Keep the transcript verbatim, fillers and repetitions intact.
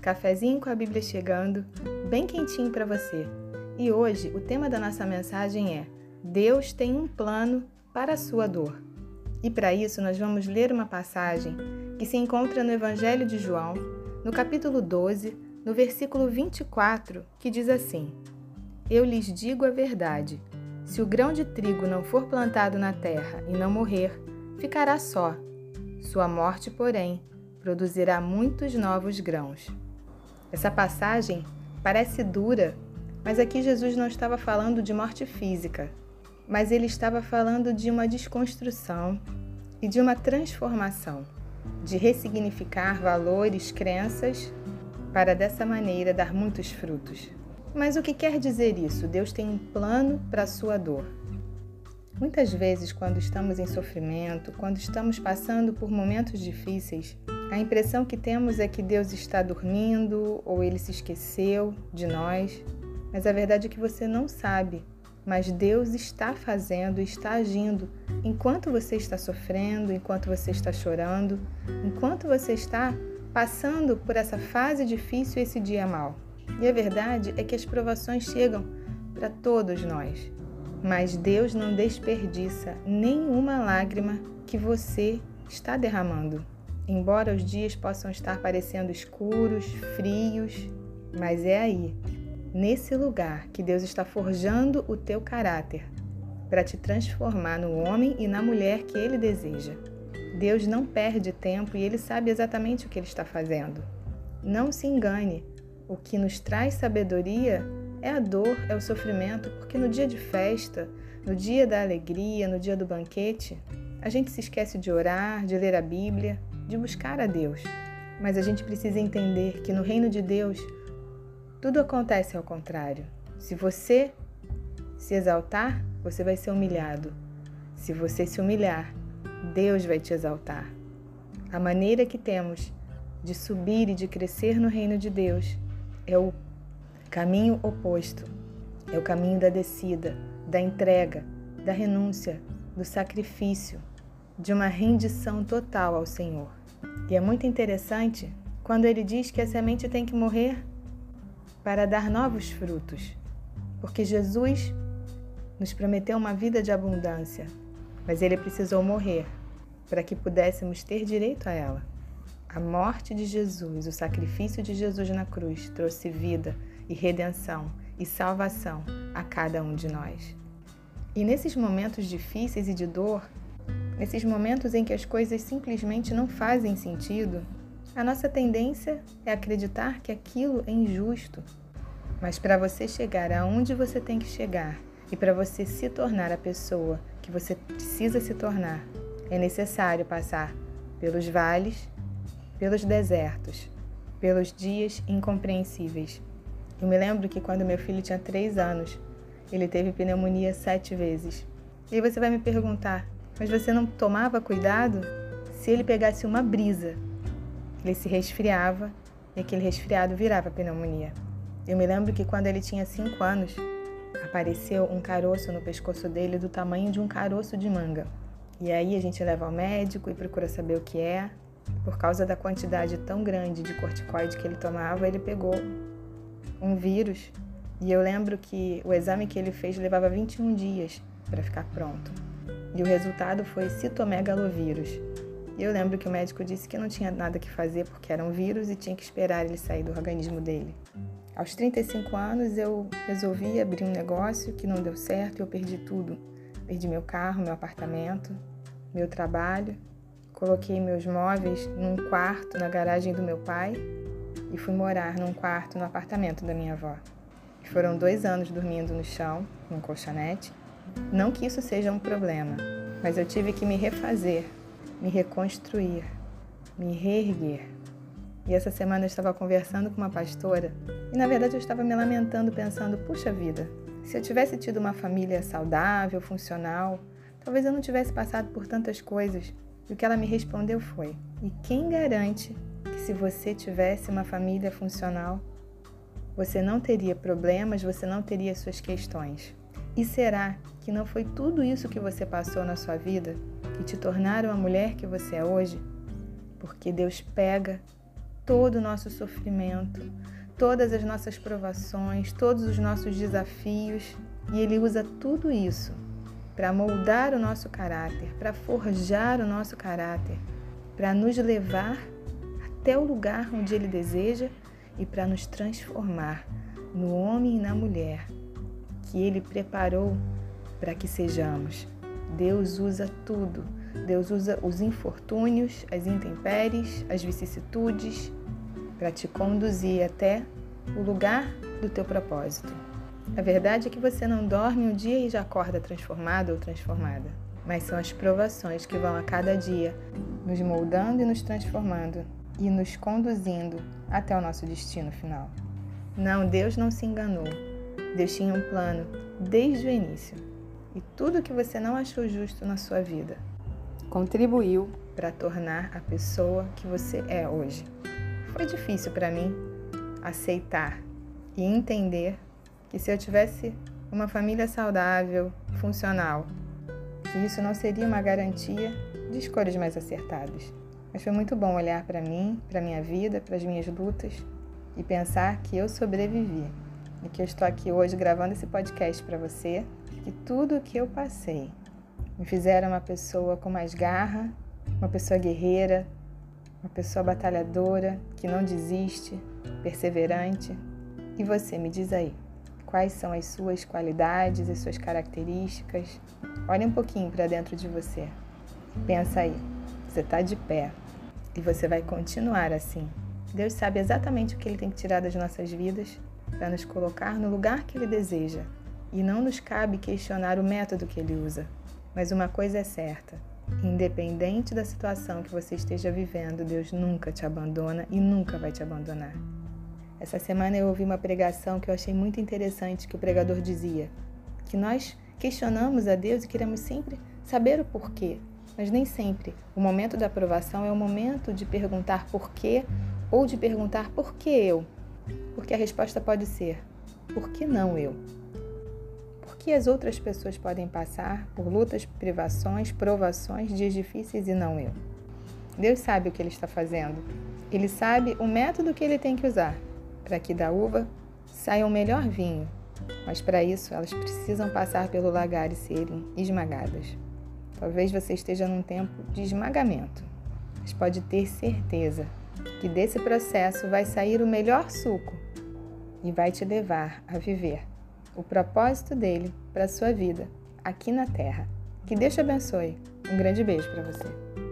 cafezinho com a Bíblia chegando, bem quentinho para você. E hoje o tema da nossa mensagem é: Deus tem um plano para a sua dor. E para isso nós vamos ler uma passagem que se encontra no Evangelho de João, no capítulo doze, no versículo vinte e quatro, que diz assim: Eu lhes digo a verdade, se o grão de trigo não for plantado na terra e não morrer, ficará só. Sua morte, porém, produzirá muitos novos grãos. Essa passagem parece dura, mas aqui Jesus não estava falando de morte física, mas ele estava falando de uma desconstrução e de uma transformação, de ressignificar valores, crenças, para dessa maneira dar muitos frutos. Mas o que quer dizer isso? Deus tem um plano para a sua dor. Muitas vezes, quando estamos em sofrimento, quando estamos passando por momentos difíceis, a impressão que temos é que Deus está dormindo ou Ele se esqueceu de nós. Mas a verdade é que você não sabe, mas Deus está fazendo e está agindo enquanto você está sofrendo, enquanto você está chorando, enquanto você está passando por essa fase difícil, esse dia mau. E a verdade é que as provações chegam para todos nós. Mas Deus não desperdiça nenhuma lágrima que você está derramando. Embora os dias possam estar parecendo escuros, frios, mas é aí, nesse lugar, que Deus está forjando o teu caráter para te transformar no homem e na mulher que Ele deseja. Deus não perde tempo e Ele sabe exatamente o que Ele está fazendo. Não se engane, o que nos traz sabedoria é a dor, é o sofrimento, porque no dia de festa, no dia da alegria, no dia do banquete, a gente se esquece de orar, de ler a Bíblia, de buscar a Deus. Mas a gente precisa entender que no reino de Deus, tudo acontece ao contrário. Se você se exaltar, você vai ser humilhado. Se você se humilhar, Deus vai te exaltar. A maneira que temos de subir e de crescer no reino de Deus é o caminho oposto, é o caminho da descida, da entrega, da renúncia, do sacrifício, de uma rendição total ao Senhor. E é muito interessante quando ele diz que a semente tem que morrer para dar novos frutos, porque Jesus nos prometeu uma vida de abundância, mas ele precisou morrer para que pudéssemos ter direito a ela. A morte de Jesus, o sacrifício de Jesus na cruz, trouxe vida e redenção e salvação a cada um de nós. E nesses momentos difíceis e de dor, nesses momentos em que as coisas simplesmente não fazem sentido, a nossa tendência é acreditar que aquilo é injusto. Mas para você chegar aonde você tem que chegar e para você se tornar a pessoa que você precisa se tornar, é necessário passar pelos vales, pelos desertos, pelos dias incompreensíveis. Eu me lembro que quando meu filho tinha três anos, ele teve pneumonia sete vezes. E aí você vai me perguntar, mas você não tomava cuidado? Se ele pegasse uma brisa, ele se resfriava e aquele resfriado virava pneumonia. Eu me lembro que quando ele tinha cinco anos, apareceu um caroço no pescoço dele do tamanho de um caroço de manga. E aí a gente leva ao médico e procura saber o que é. Por causa da quantidade tão grande de corticoide que ele tomava, ele pegou um vírus. E eu lembro que o exame que ele fez levava vinte e um dias para ficar pronto. E o resultado foi citomegalovírus. E eu lembro que o médico disse que não tinha nada que fazer porque era um vírus e tinha que esperar ele sair do organismo dele. Aos trinta e cinco anos eu resolvi abrir um negócio que não deu certo e eu perdi tudo. Perdi meu carro, meu apartamento, meu trabalho. Coloquei meus móveis num quarto na garagem do meu pai e fui morar num quarto no apartamento da minha avó. Foram dois anos dormindo no chão, num colchonete. Não que isso seja um problema, mas eu tive que me refazer, me reconstruir, me reerguer. E essa semana eu estava conversando com uma pastora e, na verdade, eu estava me lamentando, pensando, puxa vida, se eu tivesse tido uma família saudável, funcional, talvez eu não tivesse passado por tantas coisas. E o que ela me respondeu foi, e quem garante que se você tivesse uma família funcional, você não teria problemas, você não teria suas questões? E será que não foi tudo isso que você passou na sua vida que te tornaram a mulher que você é hoje? Porque Deus pega todo o nosso sofrimento, todas as nossas provações, todos os nossos desafios, e Ele usa tudo isso para moldar o nosso caráter, para forjar o nosso caráter, para nos levar até o lugar onde Ele deseja e para nos transformar no homem e na mulher que Ele preparou para que sejamos. Deus usa tudo. Deus usa os infortúnios, as intempéries, as vicissitudes para te conduzir até o lugar do teu propósito. A verdade é que você não dorme um dia e já acorda transformado ou transformada, mas são as provações que vão a cada dia nos moldando e nos transformando e nos conduzindo até o nosso destino final. Não, Deus não se enganou. Deus tinha um plano desde o início. E tudo que você não achou justo na sua vida contribuiu para tornar a pessoa que você é hoje. Foi difícil para mim aceitar e entender que se eu tivesse uma família saudável, funcional, que isso não seria uma garantia de escolhas mais acertadas. Mas foi muito bom olhar para mim, para minha vida, para as minhas lutas e pensar que eu sobrevivi e que eu estou aqui hoje gravando esse podcast para você, que tudo o que eu passei me fizeram uma pessoa com mais garra, uma pessoa guerreira, uma pessoa batalhadora, que não desiste, perseverante. E você, me diz aí, quais são as suas qualidades, as suas características? Olha um pouquinho para dentro de você. Pensa aí, você está de pé e você vai continuar assim. Deus sabe exatamente o que Ele tem que tirar das nossas vidas para nos colocar no lugar que Ele deseja. E não nos cabe questionar o método que Ele usa. Mas uma coisa é certa, independente da situação que você esteja vivendo, Deus nunca te abandona e nunca vai te abandonar. Essa semana eu ouvi uma pregação que eu achei muito interessante, que o pregador dizia que nós questionamos a Deus e queremos sempre saber o porquê, mas nem sempre o momento da aprovação é o momento de perguntar porquê ou de perguntar por que eu, porque a resposta pode ser, por que não eu? Que as outras pessoas podem passar por lutas, privações, provações, dias difíceis e não eu. Deus sabe o que Ele está fazendo. Ele sabe o método que Ele tem que usar para que da uva saia o melhor vinho. Mas para isso elas precisam passar pelo lagar e serem esmagadas. Talvez você esteja num tempo de esmagamento, mas pode ter certeza que desse processo vai sair o melhor suco e vai te levar a viver o propósito dele para a sua vida aqui na Terra. Que Deus te abençoe. Um grande beijo para você.